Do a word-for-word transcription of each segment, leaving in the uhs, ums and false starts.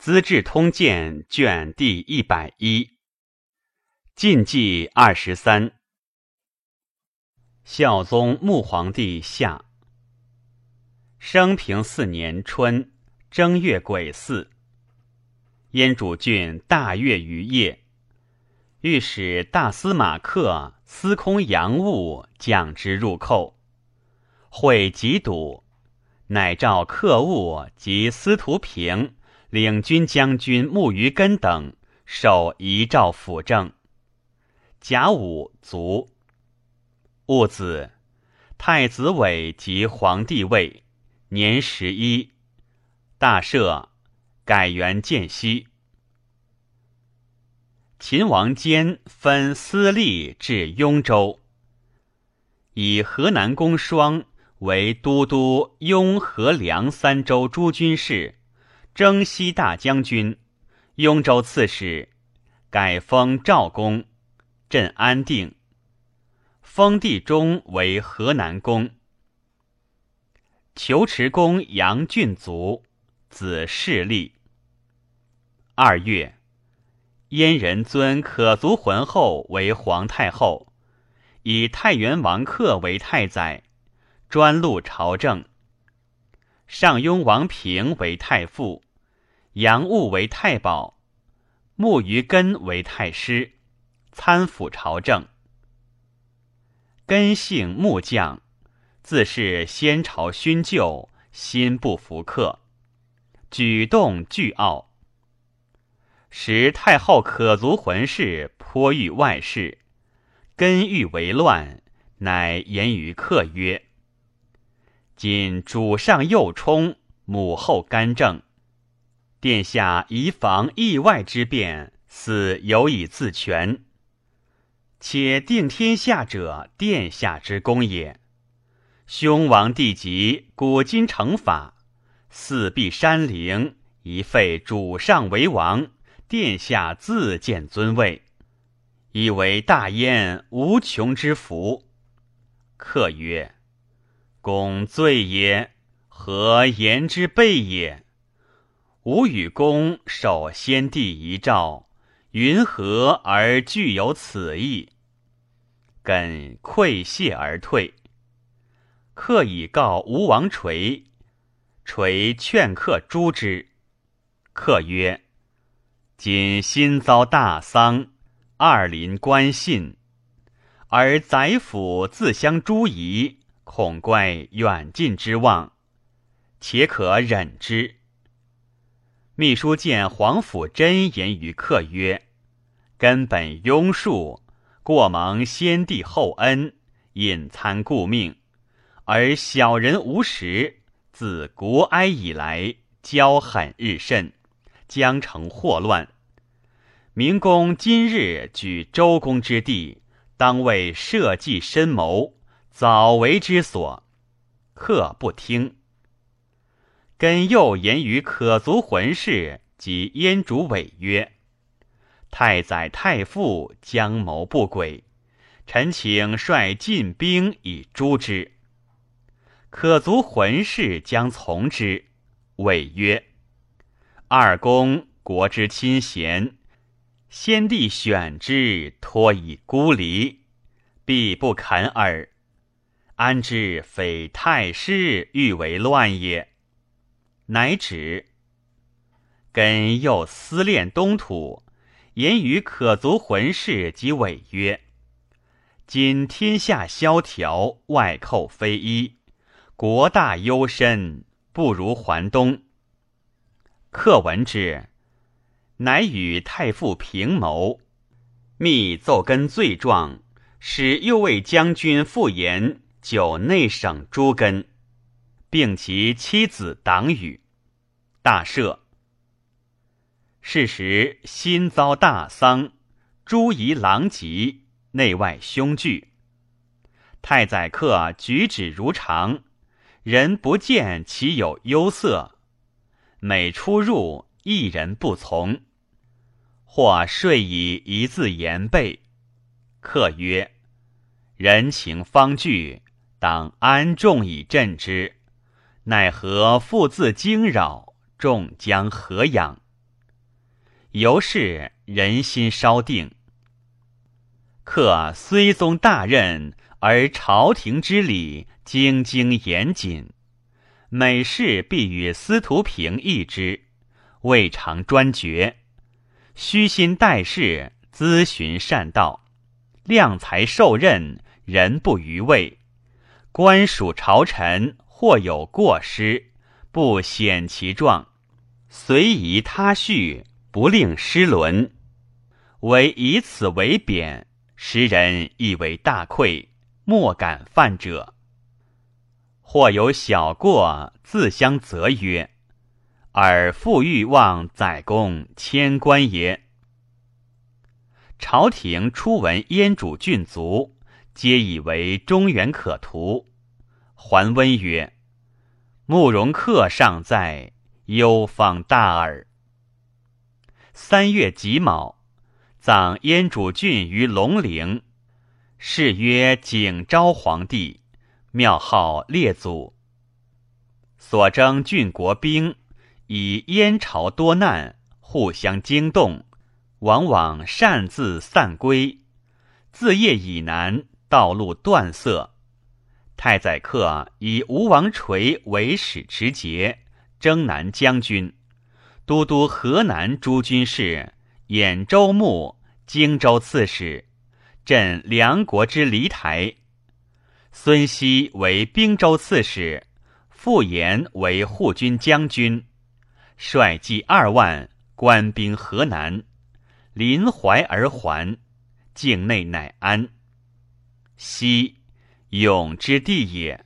资治通鉴》卷第一百一。晋纪二十三。孝宗穆皇帝下。升平四年春正月癸巳，燕主郡大悦于夜，御史大司马克司空杨务将之入寇，会急堵，乃召克务及司徒平、领军将军穆于根等受遗诏辅政。甲午卒。戊子，太子尾即皇帝位，年十一，大赦，改元建熙。秦王坚分司隶至雍州，以河南公双为都督雍河梁三州诸军事，征西大将军，雍州刺史，改封赵公，镇安定。封地中为河南公。求池公杨俊卒，子世立。二月，燕人尊可族浑后为皇太后，以太原王克为太宰，专录朝政。上庸王平为太傅，杨务为太保，穆于根为太师，参辅朝政。根姓穆将，自是先朝勋旧，心不服客，举动倨傲。时太后可族浑氏颇欲外事，根欲为乱，乃言于客曰：今主上右冲，母后干政，殿下宜防意外之变，死有以自全。且定天下者，殿下之功也。兄王弟及，古今成法，四壁山陵，宜废主上为王，殿下自见尊位，以为大燕无穷之福。客曰：公罪也，何言之备也？吾与公受先帝遗诏，云何而具有此意？根愧谢而退。客以告吴王垂，垂劝客诛之。客曰：今新遭大丧，二邻关信，而宰府自相诛夷，恐怪远近之望，且可忍之。秘书见皇甫真言于客曰：根本庸术，过蒙先帝厚恩，隐参顾命，而小人无识，自国哀以来，骄狠日甚，将成祸乱。明公今日举周公之地，当为社稷深谋，早为之所。客不听。根又言于可族浑氏及燕主委曰：太宰太傅将谋不轨，臣请率进兵以诛之。可族浑氏将从之。委曰：二公国之亲贤，先帝选之，托以孤离，必不肯耳。安知非太师欲为乱也？乃止。根又思恋东土，言于可族浑氏及委曰：今天下萧条，外寇非一，国大忧深，不如还东。客闻之，乃与太傅平谋，密奏根罪状，使右卫将军傅延就内省诸根，并其妻子党羽，大赦。是时新遭大丧，诸夷狼藉，内外凶惧。太宰客举止如常，人不见其有忧色，每出入一人不从，或睡以一字言备。客曰：人情方惧，当安众以镇之，奈何复自惊扰，众将何养？ 由是人心稍定。克虽宗大任，而朝廷之礼兢兢严谨，每事必与司徒平议之，未尝专决。虚心待事，咨询善道，量才受任，人不逾位。官属朝臣，或有过失，不显其状，随宜他序，不令失伦。唯以此为贬，时人以为大愧，莫敢犯者。或有小过，自相责曰：尔复欲望宰公迁官也。朝廷初闻燕主郡卒，皆以为中原可图。桓温曰：慕容恪尚在，忧方大耳。三月己卯，葬燕主郡于龙陵，谥曰景昭皇帝，庙号列祖。所征郡国兵，以燕朝多难，互相惊动，往往擅自散归。自邺以南，道路断塞。太宰客以吴王垂为使持节、征南将军，都督河南诸军事，兖州牧、荆州刺史，镇梁国之黎台。孙熙为并州刺史，傅延为护军将军，率计二万，官兵河南，临淮而还，境内乃安。熙，永之地也。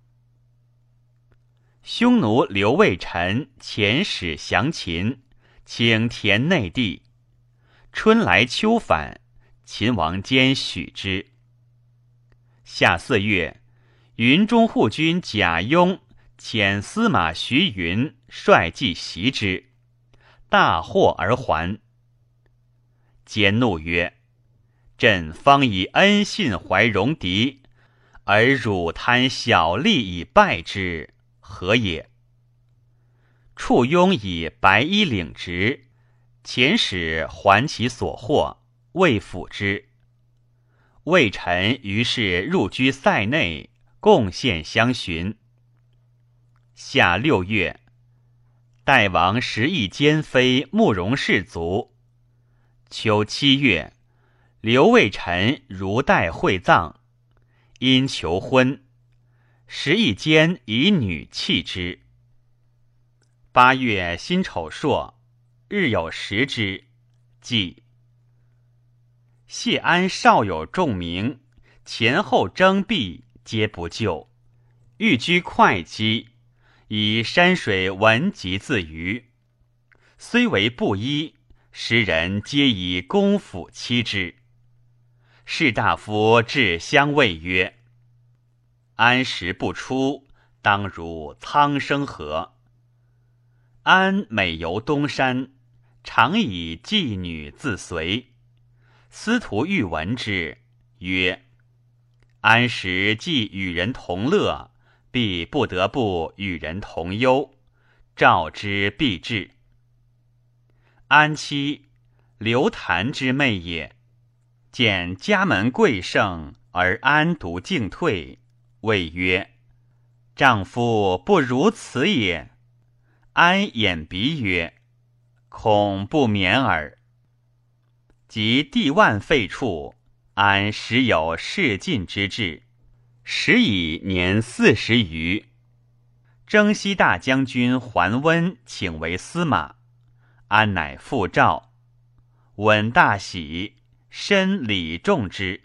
匈奴刘卫臣遣使降秦，请填内地。春来秋返，秦王坚许之。夏四月，云中护军贾雍遣司马徐云率计袭之，大获而还。坚怒曰：朕方以恩信怀戎狄，而汝贪小利以败之，何也？处雍以白衣领职，遣使还其所获，未抚之。魏臣于是入居塞内，贡献相寻。夏六月，代王时邑奸妃慕容氏卒。秋七月，刘卫臣如代会葬，因求婚，时邑间以女弃之。八月辛丑朔，日有食之，祭。谢安少有重名，前后征辟，皆不救，寓居会稽，以山水文集自娱。虽为布衣，时人皆以公府欺之。士大夫至相谓曰：安时不出，当如苍生何？安每游东山，常以妓女自随。司徒欲闻之，曰：安时既与人同乐，必不得不与人同忧，召之必至。安妻刘谭之妹也，见家门贵盛，而安独进退，谓曰：丈夫不如此也。安掩鼻曰：恐不免耳。及地万废黜，安时有仕进之志，时已年四十余。征西大将军桓温请为司马，安乃复召。温大喜，深礼重之。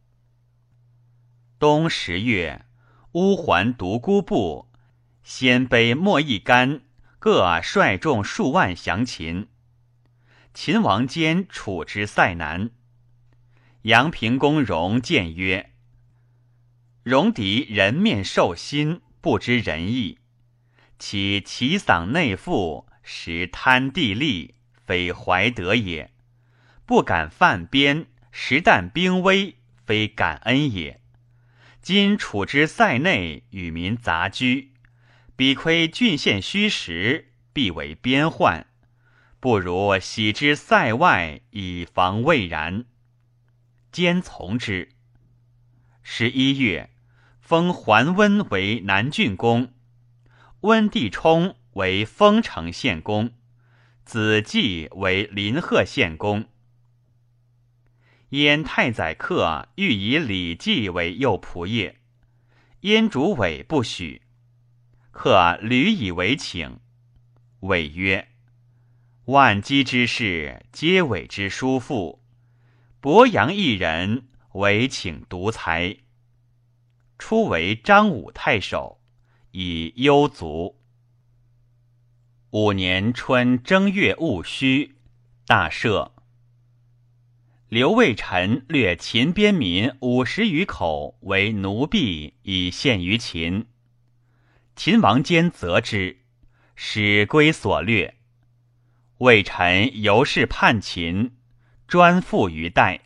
冬十月，乌桓独孤部、鲜卑莫邑干各率众数万降秦。秦王坚处之塞南。阳平公荣谏曰：戎狄人面兽心，不知仁义，其其丧内附，实贪地利，非怀德也；不敢犯边，实啖兵威，非感恩也。今处之塞内，与民杂居，彼窥郡县虚实，必为边患。 不如徙之塞外，以防未然。兼从之。十一月，封桓温为南郡公，温帝冲为丰城县公，子季为临贺县公。燕太宰客欲以李绩为右仆射，燕主委不许，客屡以为请。谓曰：万机之事，皆委之叔父，伯阳一人，唯请独裁。初为张武太守，以忧卒。五年春正月戊戌，大赦。刘卫臣掠秦边民五十余口为奴婢，以献于秦。秦王坚责之，使归所掠。魏臣由是叛秦，专附于代。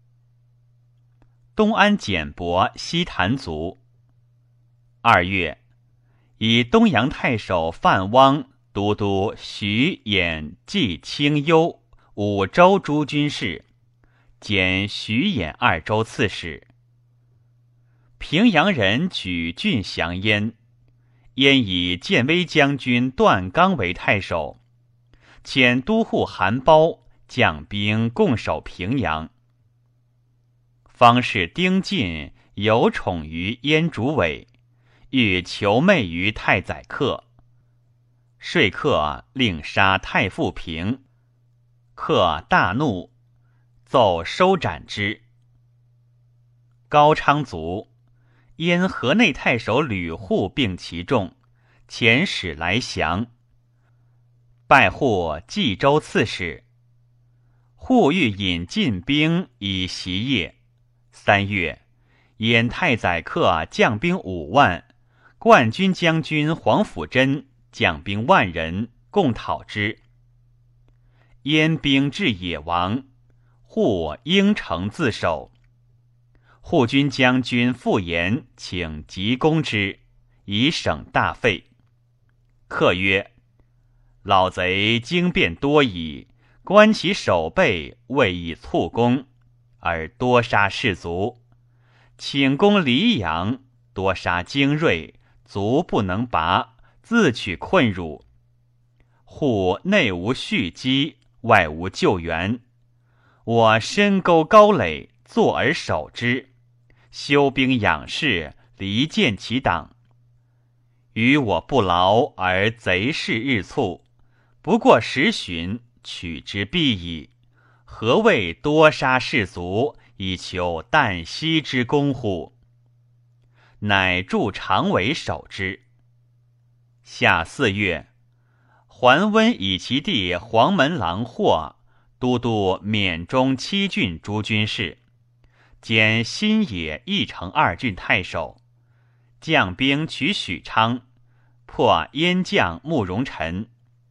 东安简伯西谭卒。二月，以东阳太守范汪都督徐、兖、冀、青、幽五州诸军事，兼徐、兖二州刺史。平阳人举郡降燕，燕以建威将军段刚为太守，遣都护韩苞将兵共守平阳。方士丁进有宠于燕主委，欲求媚于太宰客。说客令杀太傅平，客大怒，奏收斩之。高昌卒，燕河内太守吕护并其众，遣使来降。拜护冀州刺史。护欲引进兵以袭业。三月，燕太宰客将兵五万，冠军将军黄甫贞将兵万人，共讨之。燕兵至野王，护应城自守。护军将军傅延请急攻之，以省大费。客曰：老贼经变多矣，观其守备，未以促攻，而多杀士卒。请攻黎阳，多杀精锐，卒不能拔，自取困辱。护内无蓄积，外无救援，我深沟高垒，坐而守之，修兵养士，离间其党。于我不劳，而贼势日促，不过十旬，取之必矣。何谓多杀士卒，以求旦夕之功乎？乃助常委守之。夏四月，桓温以其弟黄门郎霍都督缅中七郡诸军事，兼新野义城二郡太守，将兵取许昌，破燕将慕容臣。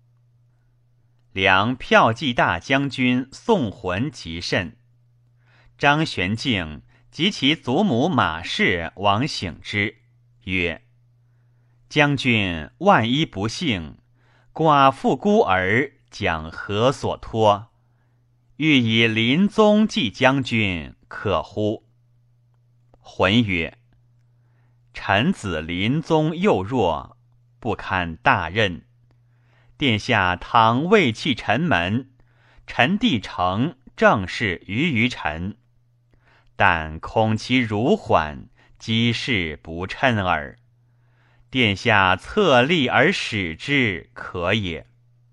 梁骠骑大将军宋浑极甚。张玄敬及其祖母马氏往省之，曰：将军万一不幸，寡妇孤儿将何所托？欲以临宗祭将军，可乎？浑曰：臣子临宗幼弱，不堪大任。殿下倘未弃臣门，臣弟诚正是于于臣，但恐其如缓，机事不趁耳。殿下侧立而使之，可也。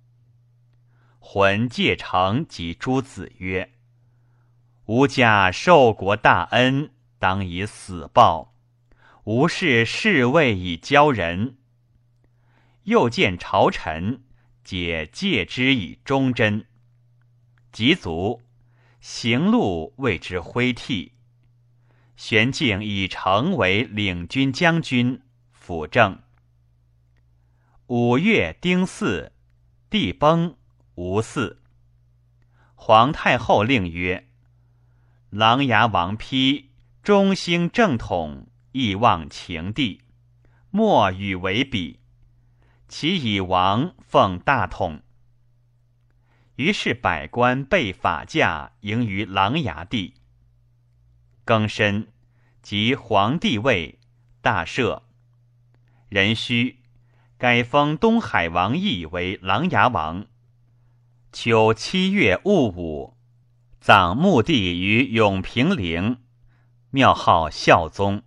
浑戒成及诸子曰：吾家受国大恩，当以死报，吾视侍卫以教人。又见朝臣，皆戒之以忠贞。及卒，行路谓之挥涕。玄敬以成为领军将军，辅政。五月丁巳，帝崩，无嗣。皇太后令曰：琅琊王丕忠兴正统，义忘情帝，莫与为比。其以王奉大统。 于是百官备法驾，迎于琅琊地。庚申，即皇帝位，大赦。壬戌，改封东海王奕为琅琊王。秋七月戊午，葬墓地于永平陵，庙号孝宗。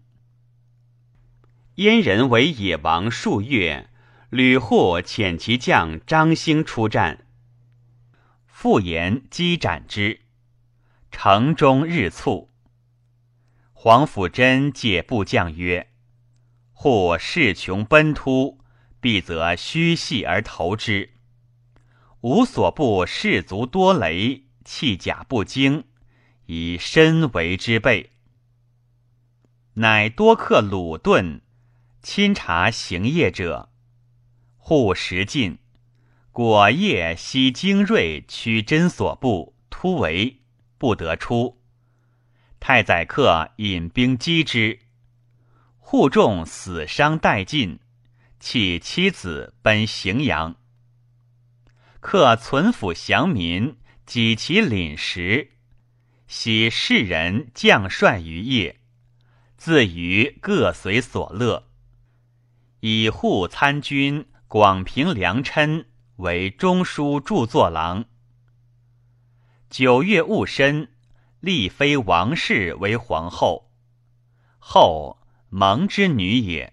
燕人为野王数月，吕护遣其将张兴出战，复言击斩之，城中日卒。黄甫真解部将曰：护势穷奔突，必则虚系而投之。吾所部士卒多雷，器甲不精，以身为之备。乃多克鲁钝，亲察行业者。护时进，果夜悉精锐取真所部，突围，不得出。太宰客引兵击之，护众死伤殆尽，弃妻子奔荥阳。客存抚降民，己其领食，喜士人将帅于夜，自娱各随所乐。以护参军广平良琛为中书著作郎。九月戊申，立妃王氏为皇后，后蒙之女也。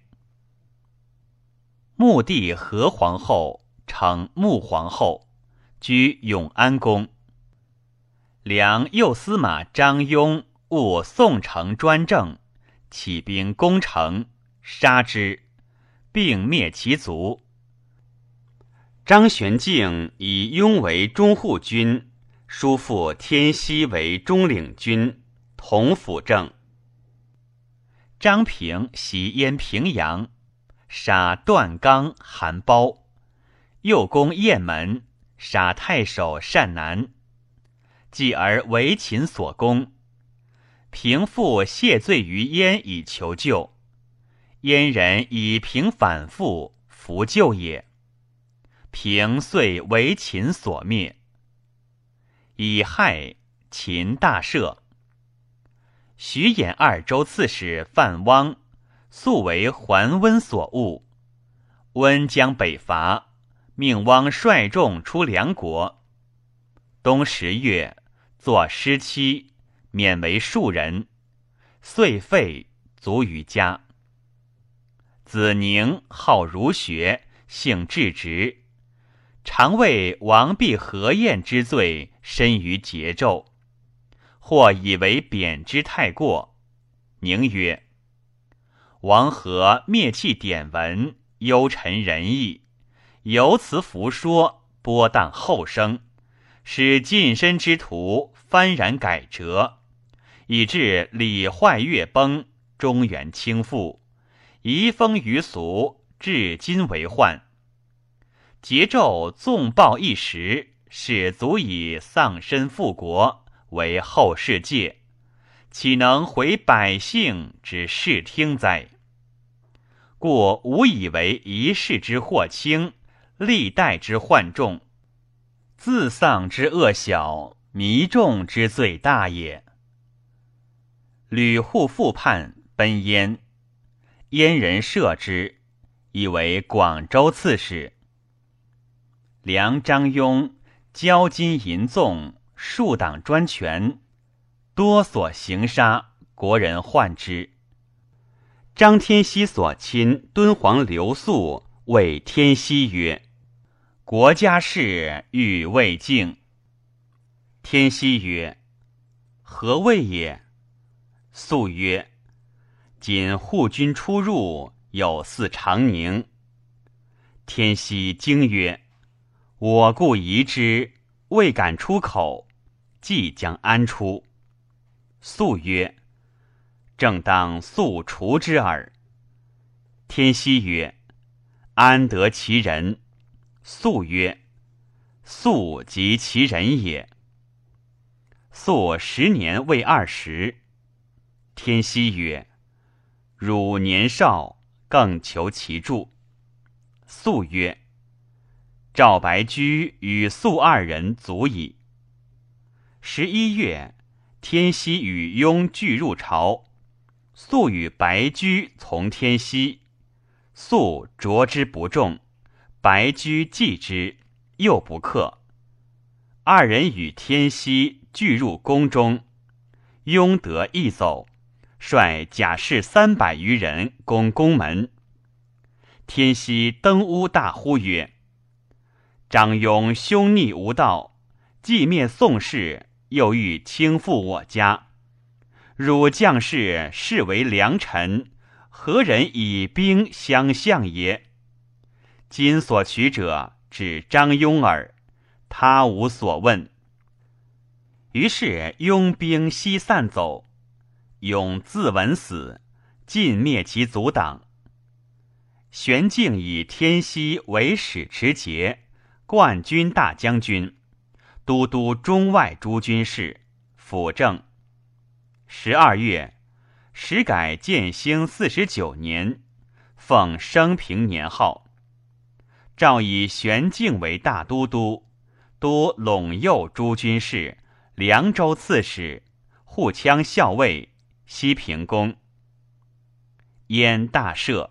穆帝和皇后称穆皇后，居永安宫。梁右司马张雍误宋城专政，起兵攻城，杀之，并灭其族。张玄敬以雍为中护军，叔父天锡为中领军，同辅政。张平袭燕平阳，杀段刚、韩苞，又攻雁门，杀太守单南，继而为秦所攻。平复谢罪于燕以求救，燕人以平反复，弗救也。平遂为秦所灭。乙亥，秦大赦。徐兖二州刺史范汪素为桓温所误，温将北伐，命汪率众出梁国。冬十月，作失期，免为庶人，遂废，卒于家。子宁好儒学，性至直，常为王毕何晏之罪，身于桀纣，或以为贬之太过。宁曰：王何灭弃典文，忧臣仁义，由此弗说，播荡后生，使近身之徒幡然改折，以致礼坏乐崩，中原倾覆，移风于俗，至今为患。桀纣纵暴一时，使足以丧身复国，为后世戒，岂能回百姓之视听哉？故吾以为一世之祸轻，历代之患重，自丧之恶小，弥众之罪大也。吕护复叛，奔燕，燕人赦之，以为广州刺史。梁张雍骄矜淫纵，数党专权，多所行杀，国人患之。张天锡所亲敦煌刘肃谓天锡曰：国家事欲未竟。天锡曰：何谓也？肃曰：今护军出入，有似长宁。天锡惊曰：我故疑之，未敢出口，即将安出？肃曰：正当速除之耳。天锡曰：安得其人？肃曰：肃即其人也。肃十年未二十。天锡曰：汝年少，更求其助。肃曰： 赵白居与宿二人足矣。十一月，天锡与雍俱入朝，宿与白居从天锡，宿着之不重，白居忌之，又不克。二人与天锡俱入宫中，雍得一走，率甲士三百余人攻宫门。天锡登屋大呼曰：张雍凶逆无道，既灭宋氏，又欲倾覆我家。汝将士视为良臣，何人以兵相向也？今所取者只张雍耳，他无所问。于是拥兵西散走，雍自刎死，尽灭其族党。玄敬以天锡为使持节、冠军大将军、都督中外诸军事、辅政。十二月，时改建兴四十九年，奉升平年号。诏以玄敬为大都督，督陇右诸军事、凉州刺史、护羌校尉、西平公。燕大赦。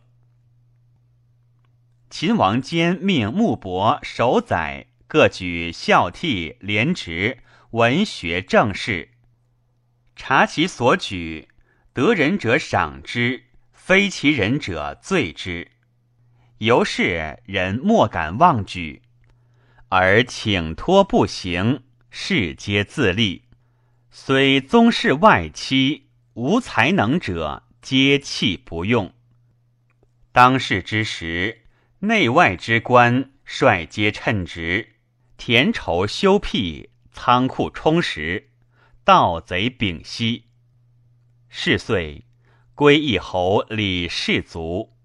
秦王坚命穆伯、守宰各举孝悌廉直文学政事，察其所举，得人者赏之，非其人者罪之。由是人莫敢妄举，而请托不行，事皆自立。虽宗室外戚，无才能者，皆弃不用。当世之时，内外之官，率皆称职，田畴修辟，仓库充实，盗贼摒息。是岁，归义侯李氏族。